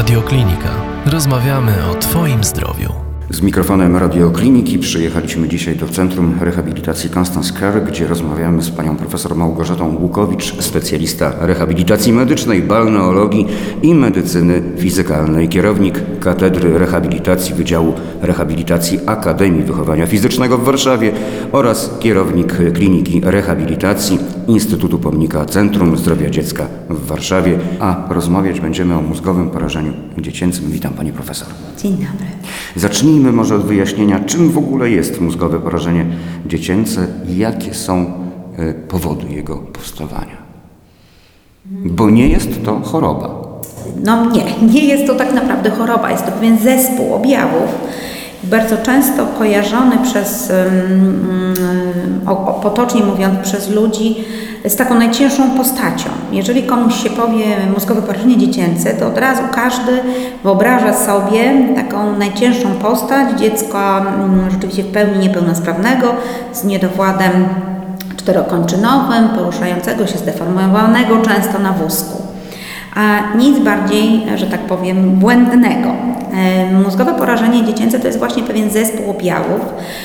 Radioklinika. Rozmawiamy o Twoim zdrowiu. Z mikrofonem Radiokliniki przyjechaliśmy dzisiaj do Centrum Rehabilitacji Constance Care, gdzie rozmawiamy z panią profesor Małgorzatą Łukowicz, specjalista rehabilitacji medycznej, balneologii i medycyny fizykalnej, kierownik Katedry Rehabilitacji Wydziału Rehabilitacji Akademii Wychowania Fizycznego w Warszawie oraz kierownik Kliniki Rehabilitacji Instytutu Pomnika Centrum Zdrowia Dziecka w Warszawie, a rozmawiać będziemy o mózgowym porażeniu dziecięcym. Witam pani profesor. Dzień dobry. Zacznijmy może od wyjaśnienia, czym w ogóle jest mózgowe porażenie dziecięce i jakie są powody jego powstawania. Bo nie jest to choroba. No nie jest to tak naprawdę choroba, jest to pewien zespół objawów, bardzo często kojarzony potocznie mówiąc, przez ludzi z taką najcięższą postacią. Jeżeli komuś się powie mózgowe porażenie dziecięce, to od razu każdy wyobraża sobie taką najcięższą postać dziecka rzeczywiście w pełni niepełnosprawnego, z niedowładem czterokończynowym, poruszającego się, zdeformowanego często na wózku. A nic bardziej, że tak powiem, błędnego. Mózgowe porażenie dziecięce to jest właśnie pewien zespół objawów,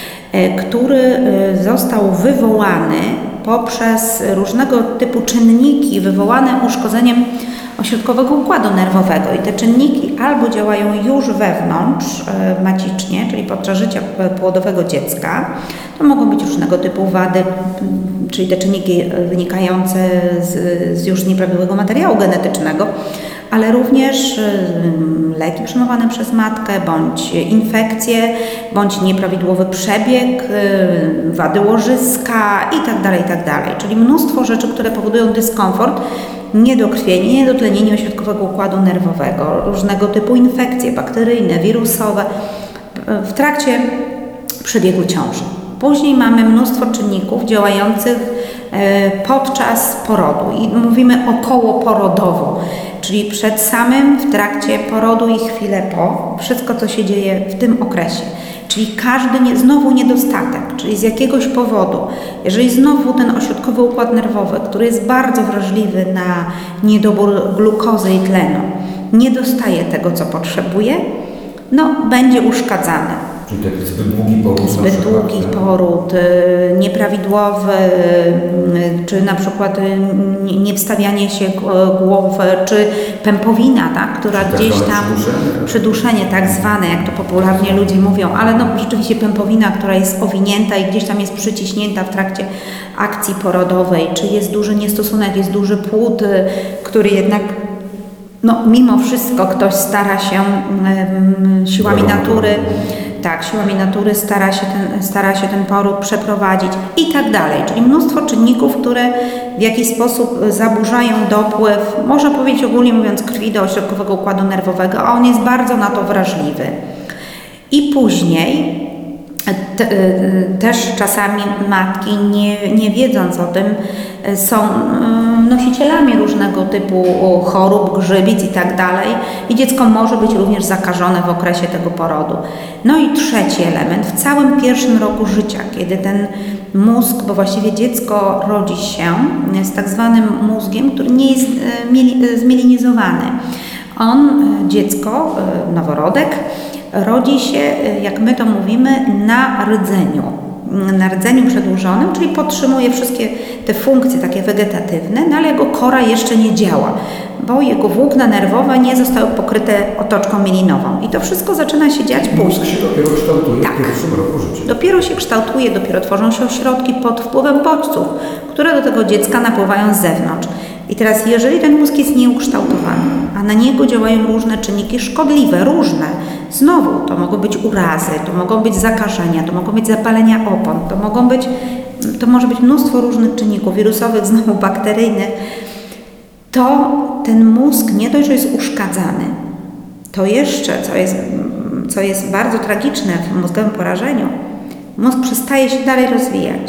który został wywołany poprzez różnego typu czynniki wywołane uszkodzeniem ośrodkowego układu nerwowego. I te czynniki albo działają już wewnątrz macicznie, czyli podczas życia płodowego dziecka. To mogą być różnego typu wady, czyli te czynniki wynikające z już nieprawidłowego materiału genetycznego, ale również leki przyjmowane przez matkę, bądź infekcje, bądź nieprawidłowy przebieg, wady łożyska itd. Czyli mnóstwo rzeczy, które powodują dyskomfort, niedokrwienie, niedotlenienie ośrodkowego układu nerwowego, różnego typu infekcje bakteryjne, wirusowe w trakcie przebiegu ciąży. Później mamy mnóstwo czynników działających podczas porodu i mówimy okołoporodowo, czyli przed samym, w trakcie porodu i chwilę po, wszystko co się dzieje w tym okresie. Czyli każdy znowu niedostatek, czyli z jakiegoś powodu, jeżeli znowu ten ośrodkowy układ nerwowy, który jest bardzo wrażliwy na niedobór glukozy i tlenu, nie dostaje tego, co potrzebuje, będzie uszkadzany. Czyli taki zbyt długi poród. Zbyt długi poród, nieprawidłowy, czy na przykład niewstawianie się głowy, czy pępowina, tak, która gdzieś tam, przyduszenie tak zwane, jak to popularnie ludzie mówią, ale rzeczywiście pępowina, która jest owinięta i gdzieś tam jest przyciśnięta w trakcie akcji porodowej, czy jest duży niestosunek, jest duży płód, który jednak mimo wszystko ktoś stara się siłami natury stara się ten poród przeprowadzić i tak dalej. Czyli mnóstwo czynników, które w jakiś sposób zaburzają dopływ, można powiedzieć ogólnie mówiąc, krwi do ośrodkowego układu nerwowego, a on jest bardzo na to wrażliwy. I później też czasami matki, nie wiedząc o tym, są nosicielami różnego typu chorób, grzybic i tak dalej i dziecko może być również zakażone w okresie tego porodu. I trzeci element, w całym pierwszym roku życia, kiedy ten mózg, bo właściwie dziecko rodzi się z tak zwanym mózgiem, który nie jest zmielinizowany. Dziecko, noworodek, rodzi się, jak my to mówimy, na rdzeniu przedłużonym, czyli podtrzymuje wszystkie te funkcje takie wegetatywne, ale jego kora jeszcze nie działa, bo jego włókna nerwowe nie zostały pokryte otoczką mielinową. I to wszystko zaczyna się dziać później. Mózg się dopiero kształtuje w pierwszym roku życia. Dopiero się kształtuje, dopiero tworzą się ośrodki pod wpływem bodźców, które do tego dziecka napływają z zewnątrz. I teraz, jeżeli ten mózg jest nieukształtowany, a na niego działają różne czynniki szkodliwe, znowu to mogą być urazy, to mogą być zakażenia, to mogą być zapalenia opon, to może być mnóstwo różnych czynników wirusowych, znowu bakteryjnych, to ten mózg nie dość, że jest uszkadzany, to jeszcze, co jest bardzo tragiczne w mózgowym porażeniu, mózg przestaje się dalej rozwijać.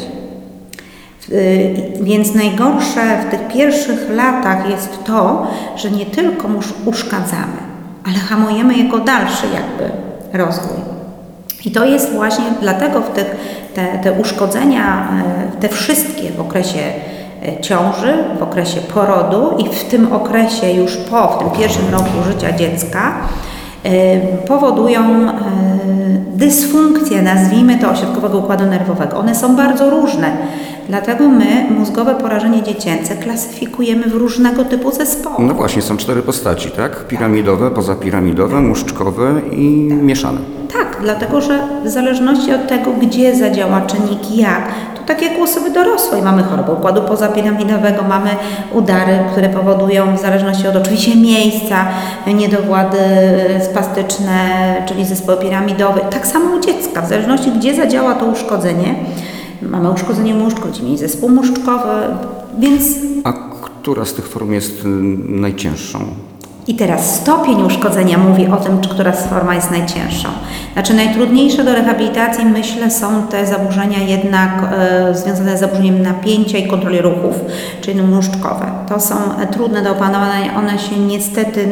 Więc najgorsze w tych pierwszych latach jest to, że nie tylko uszkadzamy, ale hamujemy jego dalszy rozwój. I to jest właśnie dlatego te uszkodzenia, te wszystkie w okresie ciąży, w okresie porodu i w tym okresie już w tym pierwszym roku życia dziecka powodują dysfunkcję, nazwijmy to, ośrodkowego układu nerwowego. One są bardzo różne, dlatego my mózgowe porażenie dziecięce klasyfikujemy w różnego typu zespoły. No właśnie, są 4 postaci, tak? Piramidowe, pozapiramidowe, muszczkowe i mieszane. Tak, dlatego że w zależności od tego, gdzie zadziała czynnik, jak, to tak jak u osoby dorosłej mamy chorobę układu pozapiramidowego, mamy udary, które powodują w zależności od oczywiście miejsca niedowłady spastyczne, czyli zespoły piramidowe. Tak samo u dziecka, w zależności gdzie zadziała to uszkodzenie. Mamy uszkodzenie mózgu, będziemy mieć zespół mózgowy, więc... A która z tych form jest najcięższą? I teraz stopień uszkodzenia mówi o tym, która forma jest najcięższą. Znaczy najtrudniejsze do rehabilitacji, myślę, są te zaburzenia jednak związane z zaburzeniem napięcia i kontroli ruchów, czyli muszczkowe. To są trudne do opanowania, one się niestety,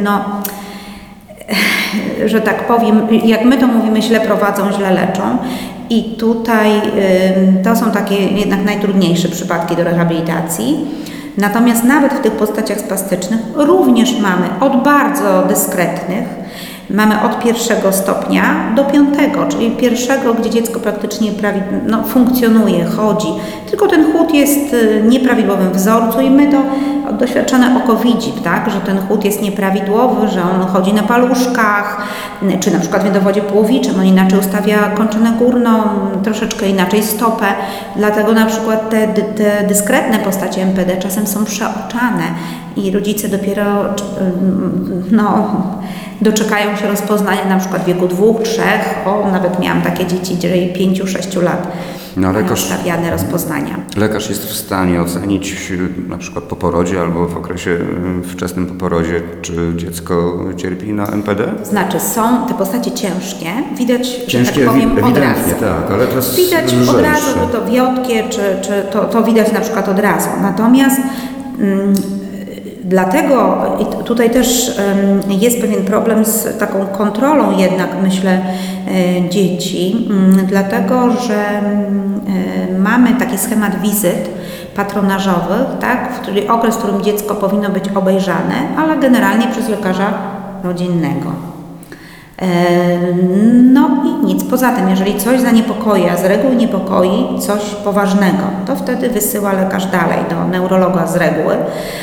że tak powiem, jak my to mówimy, źle prowadzą, źle leczą. I tutaj to są takie jednak najtrudniejsze przypadki do rehabilitacji. Natomiast nawet w tych postaciach spastycznych również mamy od bardzo dyskretnych, mamy od 1. stopnia do 5, czyli 1, gdzie dziecko praktycznie funkcjonuje, chodzi, tylko ten chód jest w nieprawidłowym wzorcu i my to doświadczone oko widzi, tak, że ten chód jest nieprawidłowy, że on chodzi na paluszkach, czy na przykład w niedowodzie połowiczym, on inaczej ustawia kończynę górną, troszeczkę inaczej stopę, dlatego na przykład te dyskretne postacie MPD czasem są przeoczane i rodzice dopiero doczekają się rozpoznania na przykład w wieku 2, 3, nawet miałam takie dzieci, 5, 6 lat. Stawiane rozpoznania. Lekarz jest w stanie ocenić na przykład po porodzie albo w okresie wczesnym po porodzie, czy dziecko cierpi na MPD? Znaczy są te postacie ciężkie, widać, ciężkie, że tak powiem, od razu. Tak, ale to jest widać lżejsze. od razu, że to wiotkie, czy to widać na przykład od razu. Natomiast dlatego i tutaj też jest pewien problem z taką kontrolą jednak, myślę, dzieci, dlatego że mamy taki schemat wizyt patronażowych, tak, czyli okres, w którym dziecko powinno być obejrzane, ale generalnie przez lekarza rodzinnego. I nic. Poza tym, jeżeli coś zaniepokoi, a z reguły niepokoi coś poważnego, to wtedy wysyła lekarz dalej do neurologa z reguły.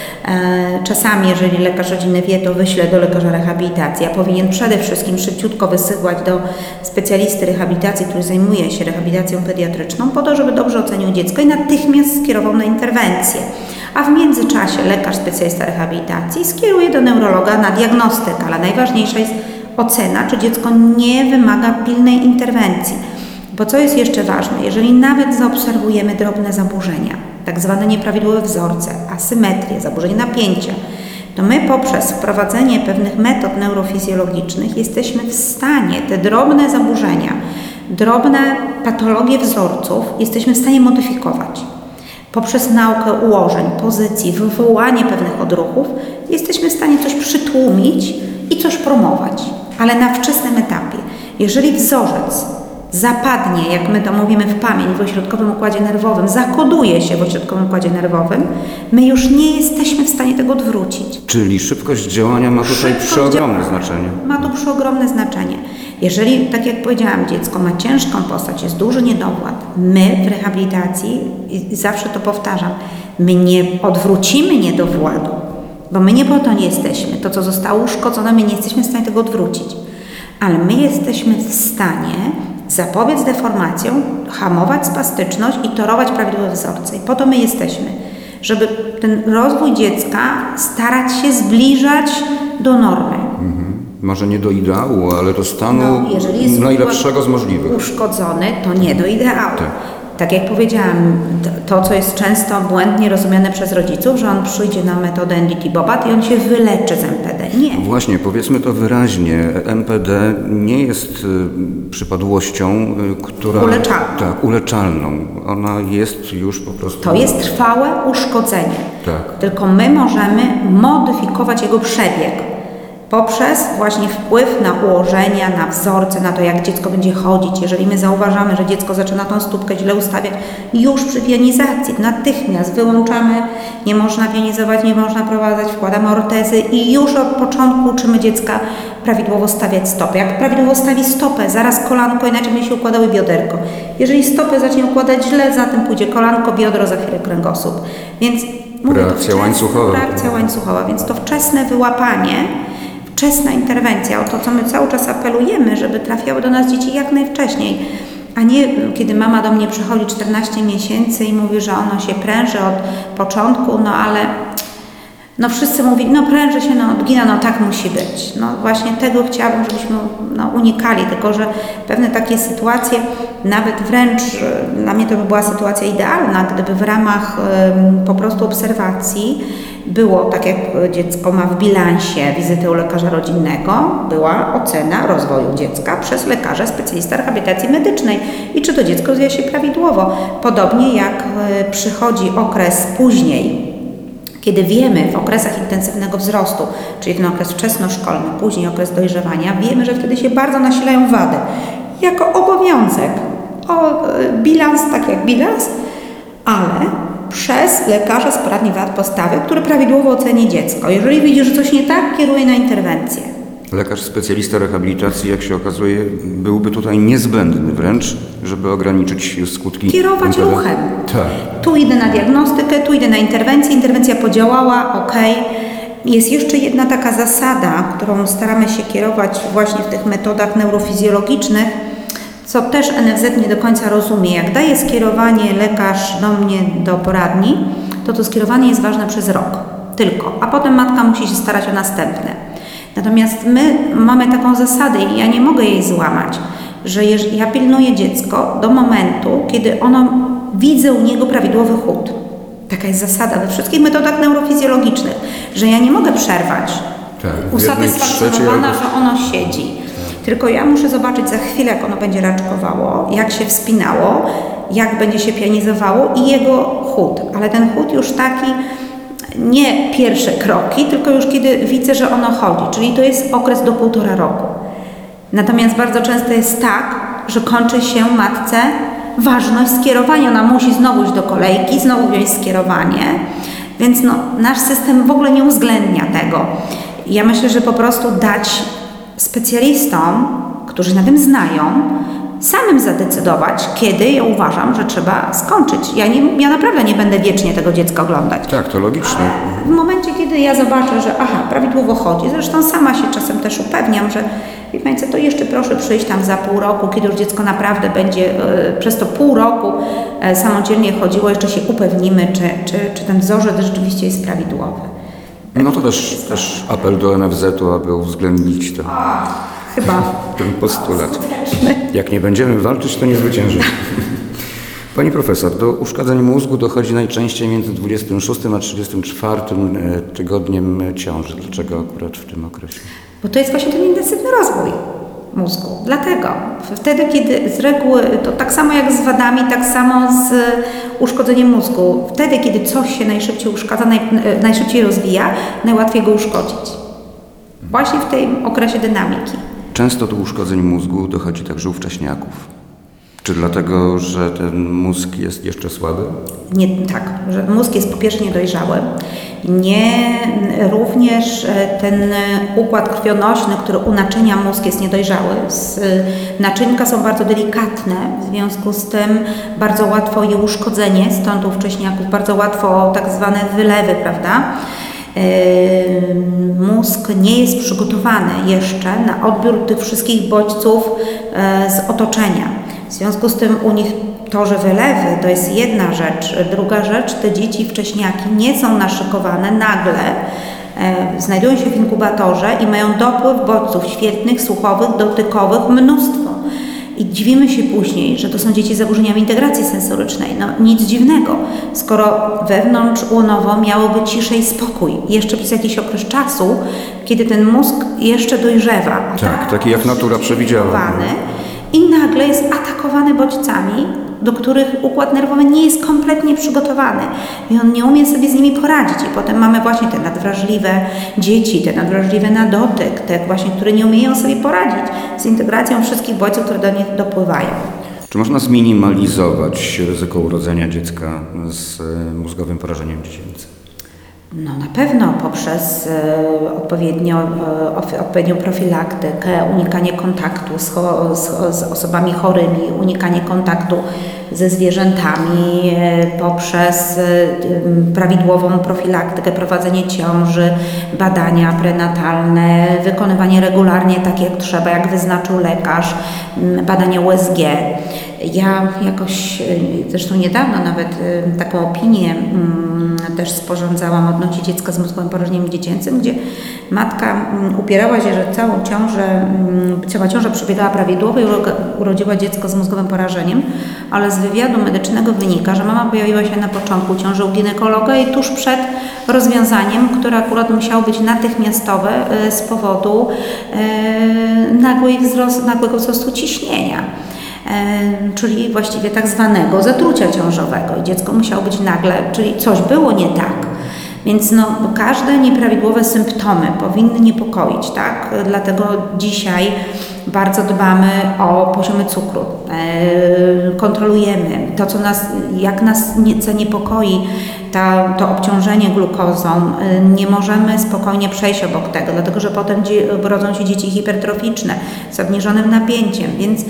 Czasami, jeżeli lekarz rodzinny wie, to wyśle do lekarza rehabilitacji, a powinien przede wszystkim szybciutko wysyłać do specjalisty rehabilitacji, który zajmuje się rehabilitacją pediatryczną, po to, żeby dobrze ocenił dziecko i natychmiast skierował na interwencję. A w międzyczasie lekarz specjalista rehabilitacji skieruje do neurologa na diagnostykę, ale najważniejsza jest ocena, czy dziecko nie wymaga pilnej interwencji. Bo co jest jeszcze ważne, jeżeli nawet zaobserwujemy drobne zaburzenia, tak zwane nieprawidłowe wzorce, asymetrie, zaburzenie napięcia, to my poprzez wprowadzenie pewnych metod neurofizjologicznych jesteśmy w stanie te drobne zaburzenia, drobne patologie wzorców jesteśmy w stanie modyfikować. Poprzez naukę ułożeń, pozycji, wywołanie pewnych odruchów jesteśmy w stanie coś przytłumić i coś promować, ale na wczesnym etapie. Jeżeli wzorzec zapadnie, jak my to mówimy, w pamięć w ośrodkowym układzie nerwowym, zakoduje się w ośrodkowym układzie nerwowym, my już nie jesteśmy w stanie tego odwrócić. Czyli szybkość działania ma tutaj przeogromne znaczenie. Ma tu przeogromne znaczenie. Jeżeli, tak jak powiedziałam, dziecko ma ciężką postać, jest duży niedowład, my w rehabilitacji, i zawsze to powtarzam, my nie odwrócimy niedowładu, bo my nie po to nie jesteśmy. To, co zostało uszkodzone, my nie jesteśmy w stanie tego odwrócić. Ale my jesteśmy w stanie zapobiec deformacjom, hamować spastyczność i torować prawidłowe wzorce. I po to my jesteśmy, żeby ten rozwój dziecka starać się zbliżać do normy. Może nie do ideału, ale do stanu najlepszego z możliwych. Uszkodzony, to nie do ideału. Tak jak powiedziałam, to co jest często błędnie rozumiane przez rodziców, że on przyjdzie na metodę NDT-BOBAT i on się wyleczy z MPD. Nie. Właśnie, powiedzmy to wyraźnie. MPD nie jest przypadłością, która... Uleczalną. Tak, uleczalną. Ona jest już po prostu... To jest trwałe uszkodzenie. Tak. Tylko my możemy modyfikować jego przebieg. poprzez właśnie wpływ na ułożenia, na wzorce, na to, jak dziecko będzie chodzić. Jeżeli my zauważamy, że dziecko zaczyna tą stópkę źle ustawiać, już przy pionizacji natychmiast wyłączamy, nie można pionizować, nie można prowadzać, wkładamy ortezy i już od początku uczymy dziecka prawidłowo stawiać stopę. Jak prawidłowo stawi stopę, zaraz kolanko, inaczej będzie się układały bioderko. Jeżeli stopę zacznie układać źle, za tym pójdzie kolanko, biodro, za chwilę kręgosłup. Więc reakcja łańcuchowa. Reakcja łańcuchowa, więc to wczesne wyłapanie, wczesna interwencja, o to, co my cały czas apelujemy, żeby trafiały do nas dzieci jak najwcześniej, a nie kiedy mama do mnie przychodzi 14 miesięcy i mówi, że ono się pręży od początku, no ale no wszyscy mówili, no pręży się, no odgina, no tak musi być. No właśnie tego chciałabym, żebyśmy unikali, tylko że pewne takie sytuacje, nawet wręcz dla mnie to by była sytuacja idealna, gdyby w ramach po prostu obserwacji było, tak jak dziecko ma w bilansie wizyty u lekarza rodzinnego, była ocena rozwoju dziecka przez lekarza specjalista rehabilitacji medycznej i czy to dziecko rozwija się prawidłowo. Podobnie jak przychodzi okres później, kiedy wiemy w okresach intensywnego wzrostu, czyli ten okres wczesnoszkolny, później okres dojrzewania, wiemy, że wtedy się bardzo nasilają wady. Jako obowiązek, bilans tak jak bilans, ale przez lekarza z poradni wad postawy, który prawidłowo oceni dziecko. Jeżeli widzi, że coś nie tak, kieruje na interwencję. Lekarz specjalista rehabilitacji, jak się okazuje, byłby tutaj niezbędny wręcz, żeby ograniczyć skutki. Kierować ruchem. Tak. Tu idę na diagnostykę, tu idę na interwencję, interwencja podziałała, ok. Jest jeszcze jedna taka zasada, którą staramy się kierować właśnie w tych metodach neurofizjologicznych, co też NFZ nie do końca rozumie. Jak daje skierowanie lekarz do mnie do poradni, to skierowanie jest ważne przez rok tylko, a potem matka musi się starać o następne. Natomiast my mamy taką zasadę i ja nie mogę jej złamać, że ja pilnuję dziecko do momentu, kiedy widzę u niego prawidłowy chód. Taka jest zasada we wszystkich metodach neurofizjologicznych, że ja nie mogę przerwać, usatysfakcjonowana, że ono siedzi. Tylko ja muszę zobaczyć za chwilę, jak ono będzie raczkowało, jak się wspinało, jak będzie się pianizowało i jego chód. Ale ten chód już taki, nie pierwsze kroki, tylko już kiedy widzę, że ono chodzi. Czyli to jest okres do 1,5 roku. Natomiast bardzo często jest tak, że kończy się matce ważność skierowania. Ona musi znowu iść do kolejki, znowu wziąć skierowanie. Więc nasz system w ogóle nie uwzględnia tego. Ja myślę, że po prostu dać specjalistom, którzy na tym znają, samym zadecydować, kiedy ja uważam, że trzeba skończyć. Ja naprawdę nie będę wiecznie tego dziecka oglądać. Tak, to logiczne. W momencie, kiedy ja zobaczę, że prawidłowo chodzi, zresztą sama się czasem też upewniam, że wie pani co, to jeszcze proszę przyjść tam za 0,5 roku, kiedy już dziecko naprawdę będzie przez to 0,5 roku samodzielnie chodziło, jeszcze się upewnimy, czy ten wzorzec rzeczywiście jest prawidłowy. No to też apel do NFZ-u, aby uwzględnić ten postulat. Jak nie będziemy walczyć, to nie zwyciężymy. Pani profesor, do uszkadzeń mózgu dochodzi najczęściej między 26 a 34 tygodniem ciąży. Dlaczego akurat w tym okresie? Bo to jest właśnie ten intensywny rozwój mózgu. Dlatego wtedy, kiedy z reguły, to tak samo jak z wadami, tak samo z uszkodzeniem mózgu, wtedy, kiedy coś się najszybciej uszkadza, najszybciej rozwija, najłatwiej go uszkodzić. Właśnie w tym okresie dynamiki. Często do uszkodzeń mózgu dochodzi także u wcześniaków. Czy dlatego, że ten mózg jest jeszcze słaby? Nie, tak, że mózg jest po pierwsze niedojrzały. Również ten układ krwionośny, który unaczynia mózg, jest niedojrzały. Naczynka są bardzo delikatne, w związku z tym bardzo łatwo je uszkodzenie, stąd u wcześniaków bardzo łatwo tak zwane wylewy, prawda? Mózg nie jest przygotowany jeszcze na odbiór tych wszystkich bodźców z otoczenia. W związku z tym u nich to, że wylewy, to jest jedna rzecz. Druga rzecz, te dzieci wcześniaki nie są naszykowane nagle, znajdują się w inkubatorze i mają dopływ bodźców świetnych, słuchowych, dotykowych, mnóstwo. I dziwimy się później, że to są dzieci z zaburzeniami integracji sensorycznej. Nic dziwnego, skoro wewnątrzłonowo miałoby ciszę i spokój. Jeszcze przez jakiś okres czasu, kiedy ten mózg jeszcze dojrzewa. Tak, taki jak natura przewidziała. I nagle jest atakowany bodźcami do których układ nerwowy nie jest kompletnie przygotowany i on nie umie sobie z nimi poradzić. I potem mamy właśnie te nadwrażliwe dzieci, te nadwrażliwe na dotyk, te właśnie, które nie umieją sobie poradzić z integracją wszystkich bodźców, które do nich dopływają. Czy można zminimalizować ryzyko urodzenia dziecka z mózgowym porażeniem dziecięcym? No na pewno poprzez odpowiednią profilaktykę, unikanie kontaktu z osobami chorymi, unikanie kontaktu ze zwierzętami, poprzez prawidłową profilaktykę, prowadzenie ciąży, badania prenatalne, wykonywanie regularnie tak jak trzeba, jak wyznaczył lekarz, badanie USG. Ja jakoś, zresztą niedawno nawet taką opinię też sporządzałam odnośnie dziecka z mózgowym porażeniem dziecięcym, gdzie matka upierała się, że cała ciąża przebiegała prawidłowo i urodziła dziecko z mózgowym porażeniem, ale z wywiadu medycznego wynika, że mama pojawiła się na początku ciąży u ginekologa i tuż przed rozwiązaniem, które akurat musiało być natychmiastowe z powodu nagłego wzrostu ciśnienia. Czyli właściwie tak zwanego zatrucia ciążowego i dziecko musiało być nagle, czyli coś było nie tak. Więc każde nieprawidłowe symptomy powinny niepokoić, tak? Dlatego dzisiaj bardzo dbamy o poziomy cukru, kontrolujemy to, jak nas zaniepokoi to obciążenie glukozą, nie możemy spokojnie przejść obok tego, dlatego że potem rodzą się dzieci hipertroficzne z obniżonym napięciem, więc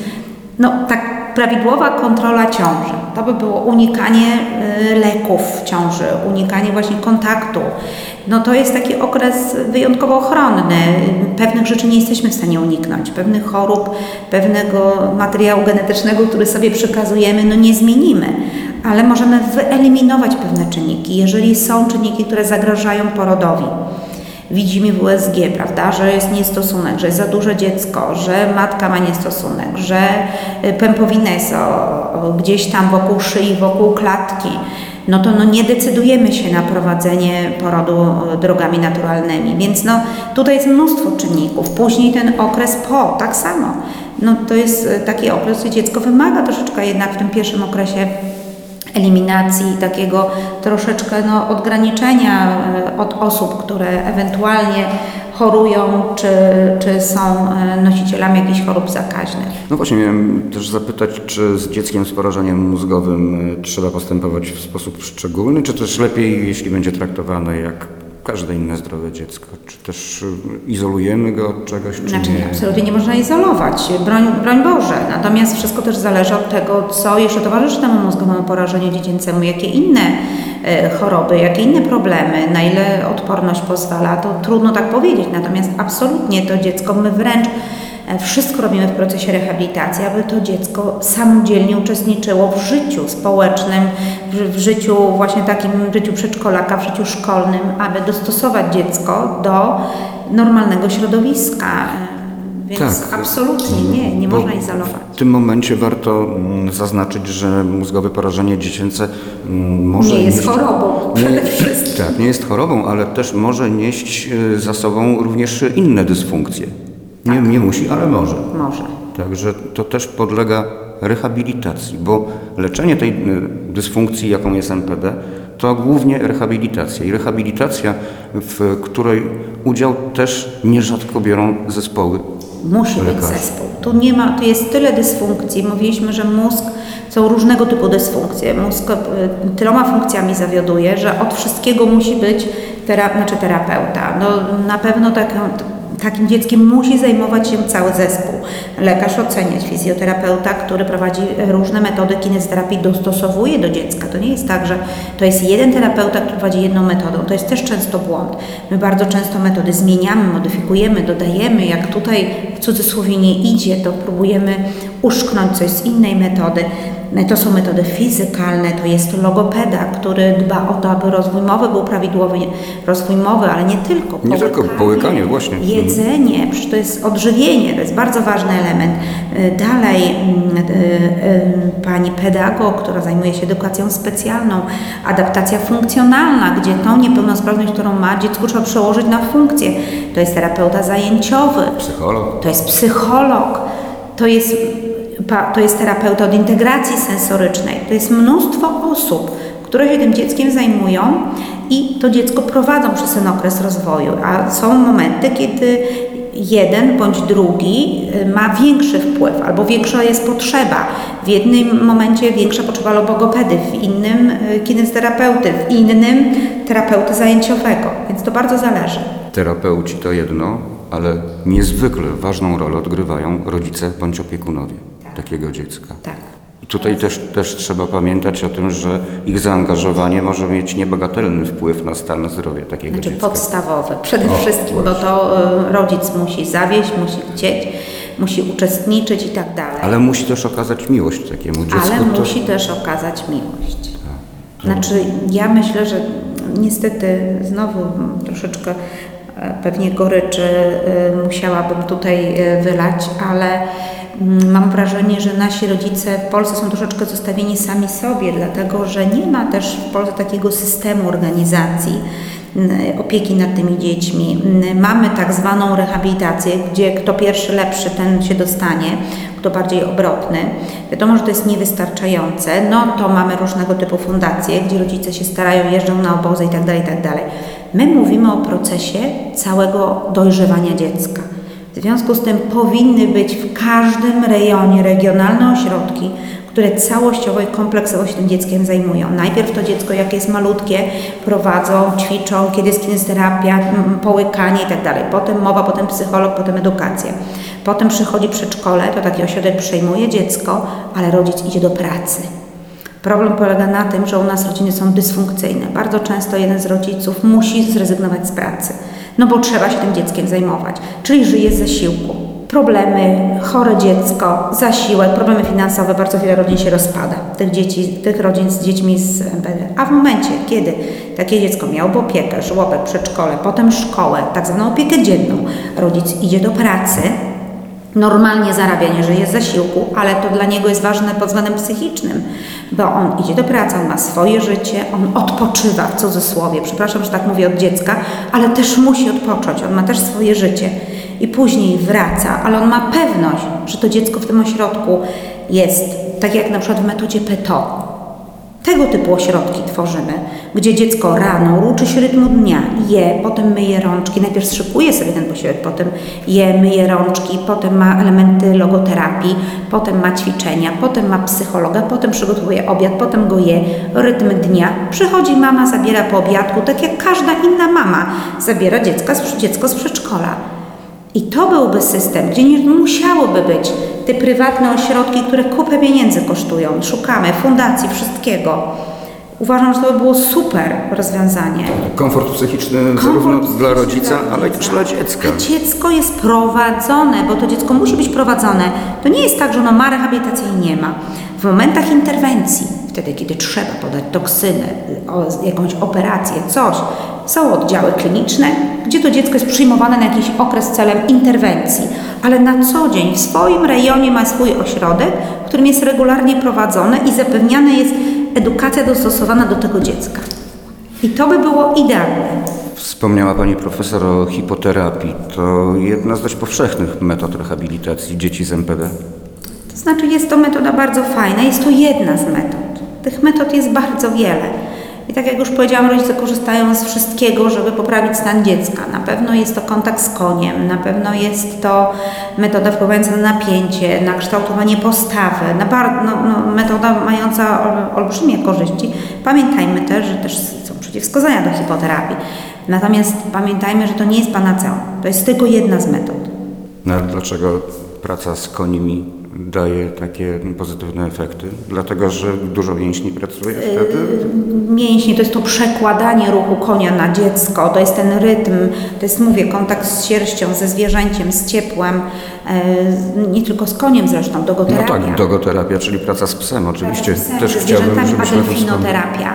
tak prawidłowa kontrola ciąży, to by było unikanie leków w ciąży, unikanie właśnie kontaktu. To jest taki okres wyjątkowo ochronny. Pewnych rzeczy nie jesteśmy w stanie uniknąć, pewnych chorób, pewnego materiału genetycznego, który sobie przekazujemy, nie zmienimy, ale możemy wyeliminować pewne czynniki, jeżeli są czynniki, które zagrażają porodowi. Widzimy w USG, prawda, że jest niestosunek, że jest za duże dziecko, że matka ma niestosunek, że pępowina jest gdzieś tam wokół szyi, wokół klatki. To nie decydujemy się na prowadzenie porodu drogami naturalnymi. Więc tutaj jest mnóstwo czynników. Później ten okres tak samo. To jest taki okres, gdzie dziecko wymaga troszeczkę jednak w tym pierwszym okresie eliminacji, takiego troszeczkę odgraniczenia od osób, które ewentualnie chorują, czy są nosicielami jakichś chorób zakaźnych. Właśnie miałem też zapytać, czy z dzieckiem z porażeniem mózgowym trzeba postępować w sposób szczególny, czy też lepiej, jeśli będzie traktowane jak każde inne zdrowe dziecko? Czy też izolujemy go od czegoś, czy nie? Absolutnie nie można izolować, broń Boże. Natomiast wszystko też zależy od tego, co jeszcze towarzyszy temu mózgowemu porażeniu dziecięcemu, jakie inne choroby, jakie inne problemy, na ile odporność pozwala, to trudno tak powiedzieć. Natomiast absolutnie to dziecko, my wręcz wszystko robimy w procesie rehabilitacji, aby to dziecko samodzielnie uczestniczyło w życiu społecznym, w życiu właśnie takim, w życiu przedszkolaka, w życiu szkolnym, aby dostosować dziecko do normalnego środowiska. Więc absolutnie nie można izolować. W tym momencie warto zaznaczyć, że mózgowe porażenie dziecięce może nie jest chorobą, przede wszystkim. Tak, nie jest chorobą, ale też może nieść za sobą również inne dysfunkcje. Tak. Nie musi, ale może. Może. Także to też podlega rehabilitacji, bo leczenie tej dysfunkcji, jaką jest MPD, to głównie rehabilitacja. I rehabilitacja, w której udział też nierzadko biorą zespoły Musi być zespół. Tu jest tyle dysfunkcji. Mówiliśmy, że mózg są różnego typu dysfunkcje. Mózg tyloma funkcjami zawiaduje, że od wszystkiego musi być terapeuta. Na pewno takim dzieckiem musi zajmować się cały zespół. Lekarz oceniać, fizjoterapeuta, który prowadzi różne metody kinezoterapii, dostosowuje do dziecka. To nie jest tak, że to jest jeden terapeuta, który prowadzi jedną metodą. To jest też często błąd. My bardzo często metody zmieniamy, modyfikujemy, dodajemy. Jak tutaj w cudzysłowie nie idzie, to próbujemy uszknąć coś z innej metody. To są metody fizykalne, to jest logopeda, który dba o to, aby rozwój mowy był prawidłowy, rozwój mowy, ale nie tylko. Nie tylko połykanie, właśnie. Jedzenie, przecież to jest odżywienie, to jest bardzo ważny element. Dalej pani pedagog, która zajmuje się edukacją specjalną, adaptacja funkcjonalna, gdzie tą niepełnosprawność, którą ma, dziecku trzeba przełożyć na funkcję. To jest terapeuta zajęciowy. Psycholog. To jest psycholog. To jest to jest terapeuta od integracji sensorycznej. To jest mnóstwo osób, które się tym dzieckiem zajmują i to dziecko prowadzą przez ten okres rozwoju, a są momenty, kiedy jeden bądź drugi ma większy wpływ albo większa jest potrzeba. W jednym momencie większa potrzeba logopedy, w innym kinezjoterapeuty, w innym terapeuty zajęciowego, więc to bardzo zależy. Terapeuci to jedno, ale niezwykle ważną rolę odgrywają rodzice bądź opiekunowie takiego dziecka. Tak. I tutaj też trzeba pamiętać o tym, że ich zaangażowanie może mieć niebagatelny wpływ na stan zdrowia takiego dziecka. Podstawowe. Przede wszystkim, bo to rodzic musi zawieść, musi chcieć, musi uczestniczyć i tak dalej. Ale musi też okazać miłość takiemu dziecku. Ale musi też okazać miłość. Znaczy, ja myślę, że niestety znowu troszeczkę pewnie goryczy musiałabym tutaj wylać, ale mam wrażenie, że nasi rodzice w Polsce są troszeczkę zostawieni sami sobie, dlatego że nie ma też w Polsce takiego systemu organizacji opieki nad tymi dziećmi. Mamy tak zwaną rehabilitację, gdzie kto pierwszy lepszy, ten się dostanie, kto bardziej obrotny. Wiadomo, że to jest niewystarczające. No to mamy różnego typu fundacje, gdzie rodzice się starają, jeżdżą na obozy itd., itd. My mówimy o procesie całego dojrzewania dziecka. W związku z tym powinny być w każdym rejonie regionalne ośrodki, które całościowo i kompleksowo się tym dzieckiem zajmują. Najpierw to dziecko, jak jest malutkie, prowadzą, ćwiczą, kiedy jest kinezjoterapia, połykanie i tak dalej. Potem mowa, potem psycholog, potem edukacja. Potem przychodzi przedszkole, to taki ośrodek przejmuje dziecko, ale rodzic idzie do pracy. Problem polega na tym, że u nas rodziny są dysfunkcyjne. Bardzo często jeden z rodziców musi zrezygnować z pracy, no bo trzeba się tym dzieckiem zajmować, czyli żyje z zasiłku. Problemy, chore dziecko, zasiłek, problemy finansowe, bardzo wiele rodzin się rozpada, tych rodzin z dziećmi z MPD. A w momencie, kiedy takie dziecko miałoby opiekę, żłobek, przedszkole, potem szkołę, tak zwaną opiekę dzienną, rodzic idzie do pracy, normalnie zarabia, nie żyje z zasiłku, ale to dla niego jest ważne pod względem psychicznym, bo on idzie do pracy, on ma swoje życie, on odpoczywa w cudzysłowie, przepraszam, że tak mówię od dziecka, ale też musi odpocząć, on ma też swoje życie i później wraca, ale on ma pewność, że to dziecko w tym ośrodku jest, tak jak na przykład w metodzie PETO. Tego typu ośrodki tworzymy, gdzie dziecko rano uczy się rytmu dnia, je, potem myje rączki, najpierw szykuje sobie ten posiłek, potem je, myje rączki, potem ma elementy logoterapii, potem ma ćwiczenia, potem ma psychologa, potem przygotowuje obiad, potem go je, rytm dnia. Przychodzi mama, zabiera po obiadku, tak jak każda inna mama zabiera dziecko z przedszkola. I to byłby system, gdzie nie musiałoby być te prywatne ośrodki, które kupę pieniędzy kosztują. Szukamy fundacji, wszystkiego. Uważam, że to by było super rozwiązanie. Komfort psychiczny zarówno dla rodzica, ale też dla dziecka. A dziecko jest prowadzone, bo to dziecko musi być prowadzone. To nie jest tak, że ono ma rehabilitację i nie ma. W momentach interwencji, wtedy kiedy trzeba podać toksynę, jakąś operację, coś, są oddziały kliniczne, gdzie to dziecko jest przyjmowane na jakiś okres celem interwencji, ale na co dzień w swoim rejonie ma swój ośrodek, w którym jest regularnie prowadzone i zapewniana jest edukacja dostosowana do tego dziecka. I to by było idealne. Wspomniała Pani profesor o hipoterapii. To jedna z dość powszechnych metod rehabilitacji dzieci z MPD. To znaczy jest to metoda bardzo fajna, jest to jedna z metod. Tych metod jest bardzo wiele. I tak jak już powiedziałam, rodzice korzystają z wszystkiego, żeby poprawić stan dziecka. Na pewno jest to kontakt z koniem, na pewno jest to metoda wpływająca na napięcie, na kształtowanie postawy, metoda mająca olbrzymie korzyści. Pamiętajmy też, że też są przeciwwskazania do hipoterapii. Natomiast pamiętajmy, że to nie jest panaceum. To jest tylko jedna z metod. No ale dlaczego praca z konimi daje takie pozytywne efekty? Dlatego, że dużo mięśni pracuje wtedy? Mięśnie to jest to przekładanie ruchu konia na dziecko, to jest ten rytm, to jest, mówię, kontakt z sierścią, ze zwierzęciem, z ciepłem, nie tylko z koniem zresztą, dogoterapia. No tak, dogoterapia, czyli praca z psem, oczywiście. Psem, też ze chciałbym, zwierzętami, żebyśmy delfinoterapia.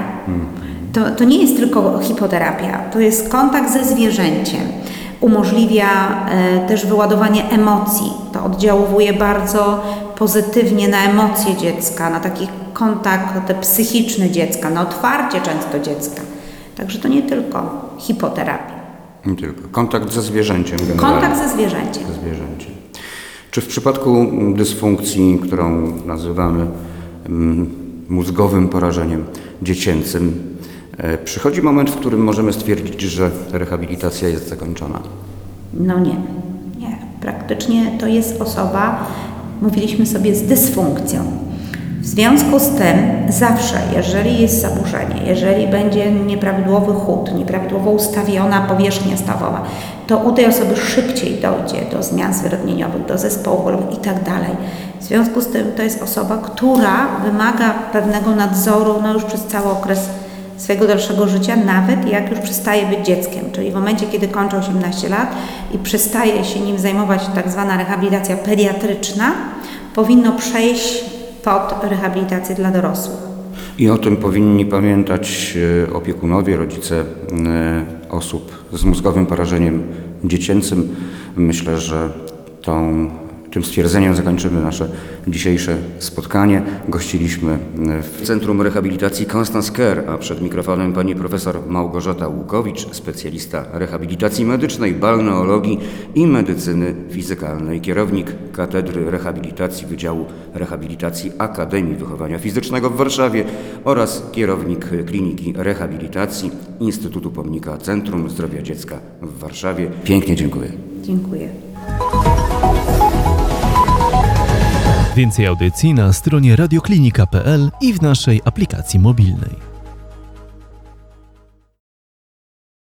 To nie jest tylko hipoterapia, to jest kontakt ze zwierzęciem. Umożliwia też wyładowanie emocji. To oddziałuje bardzo pozytywnie na emocje dziecka, na taki kontakt psychiczny dziecka, na otwarcie często dziecka. Także to nie tylko hipoterapia. Nie tylko. Kontakt ze zwierzęciem generalnie. Kontakt ze zwierzęciem. Czy w przypadku dysfunkcji, którą nazywamy mózgowym porażeniem dziecięcym, przychodzi moment, w którym możemy stwierdzić, że rehabilitacja jest zakończona? No nie. Praktycznie to jest osoba, mówiliśmy sobie, z dysfunkcją. W związku z tym zawsze, jeżeli jest zaburzenie, jeżeli będzie nieprawidłowy chód, nieprawidłowo ustawiona powierzchnia stawowa, to u tej osoby szybciej dojdzie do zmian zwyrodnieniowych, do zespołów bólowych i tak dalej. W związku z tym to jest osoba, która wymaga pewnego nadzoru już przez cały okres swojego dalszego życia, nawet jak już przestaje być dzieckiem, czyli w momencie, kiedy kończy 18 lat i przestaje się nim zajmować tak zwana rehabilitacja pediatryczna, powinno przejść pod rehabilitację dla dorosłych. I o tym powinni pamiętać opiekunowie, rodzice osób z mózgowym porażeniem dziecięcym. Myślę, że tym stwierdzeniem zakończymy nasze dzisiejsze spotkanie. Gościliśmy w Centrum Rehabilitacji Constance Care, a przed mikrofonem pani profesor Małgorzata Łukowicz, specjalista rehabilitacji medycznej, balneologii i medycyny fizykalnej, kierownik Katedry Rehabilitacji Wydziału Rehabilitacji Akademii Wychowania Fizycznego w Warszawie oraz kierownik Kliniki Rehabilitacji Instytutu Pomnika Centrum Zdrowia Dziecka w Warszawie. Pięknie dziękuję. Dziękuję. Więcej audycji na stronie radioklinika.pl i w naszej aplikacji mobilnej.